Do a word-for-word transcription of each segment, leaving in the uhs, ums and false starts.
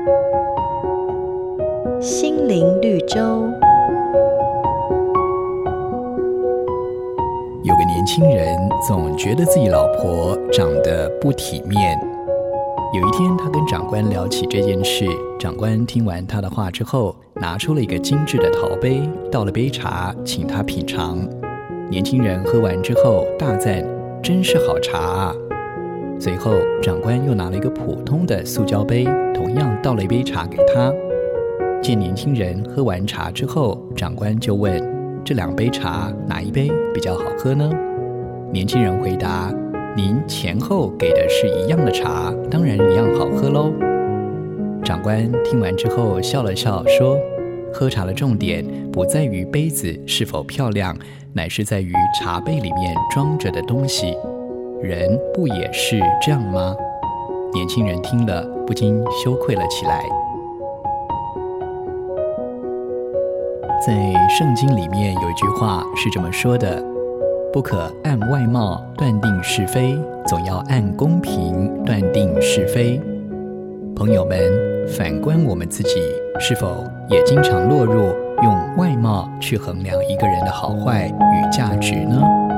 心灵绿洲。 有个年轻人总觉得自己老婆长得不体面。有一天，他跟长官聊起这件事，长官听完他的话之后，拿出了一个精致的陶杯，倒了杯茶，请他品尝。年轻人喝完之后大赞：“真是好茶啊！”随后，长官又拿了一个普通的塑胶杯，同样倒了一杯茶给他。见年轻人喝完茶之后，长官就问：“这两杯茶哪一杯比较好喝呢？”年轻人回答：“您前后给的是一样的茶，当然一样好喝喽。”长官听完之后笑了笑说：“喝茶的重点不在于杯子是否漂亮，乃是在于茶杯里面装着的东西。人不也是这样吗？”年轻人听了不禁羞愧了起来。在圣经里面有一句话是这么说的：“不可按外貌断定是非，总要按公平断定是非。”朋友们，反观我们自己，是否也经常落入用外貌去衡量一个人的好坏与价值呢？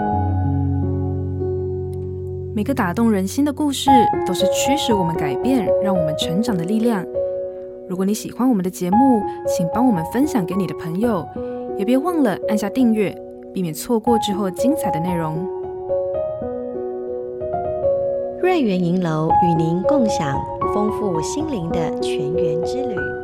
每个打动人心的故事，都是驱使我们改变、让我们成长的力量。如果你喜欢我们的节目，请帮我们分享给你的朋友，也别忘了按下订阅，避免错过之后精彩的内容。 瑞园银楼与您共享丰富心灵的全员之旅。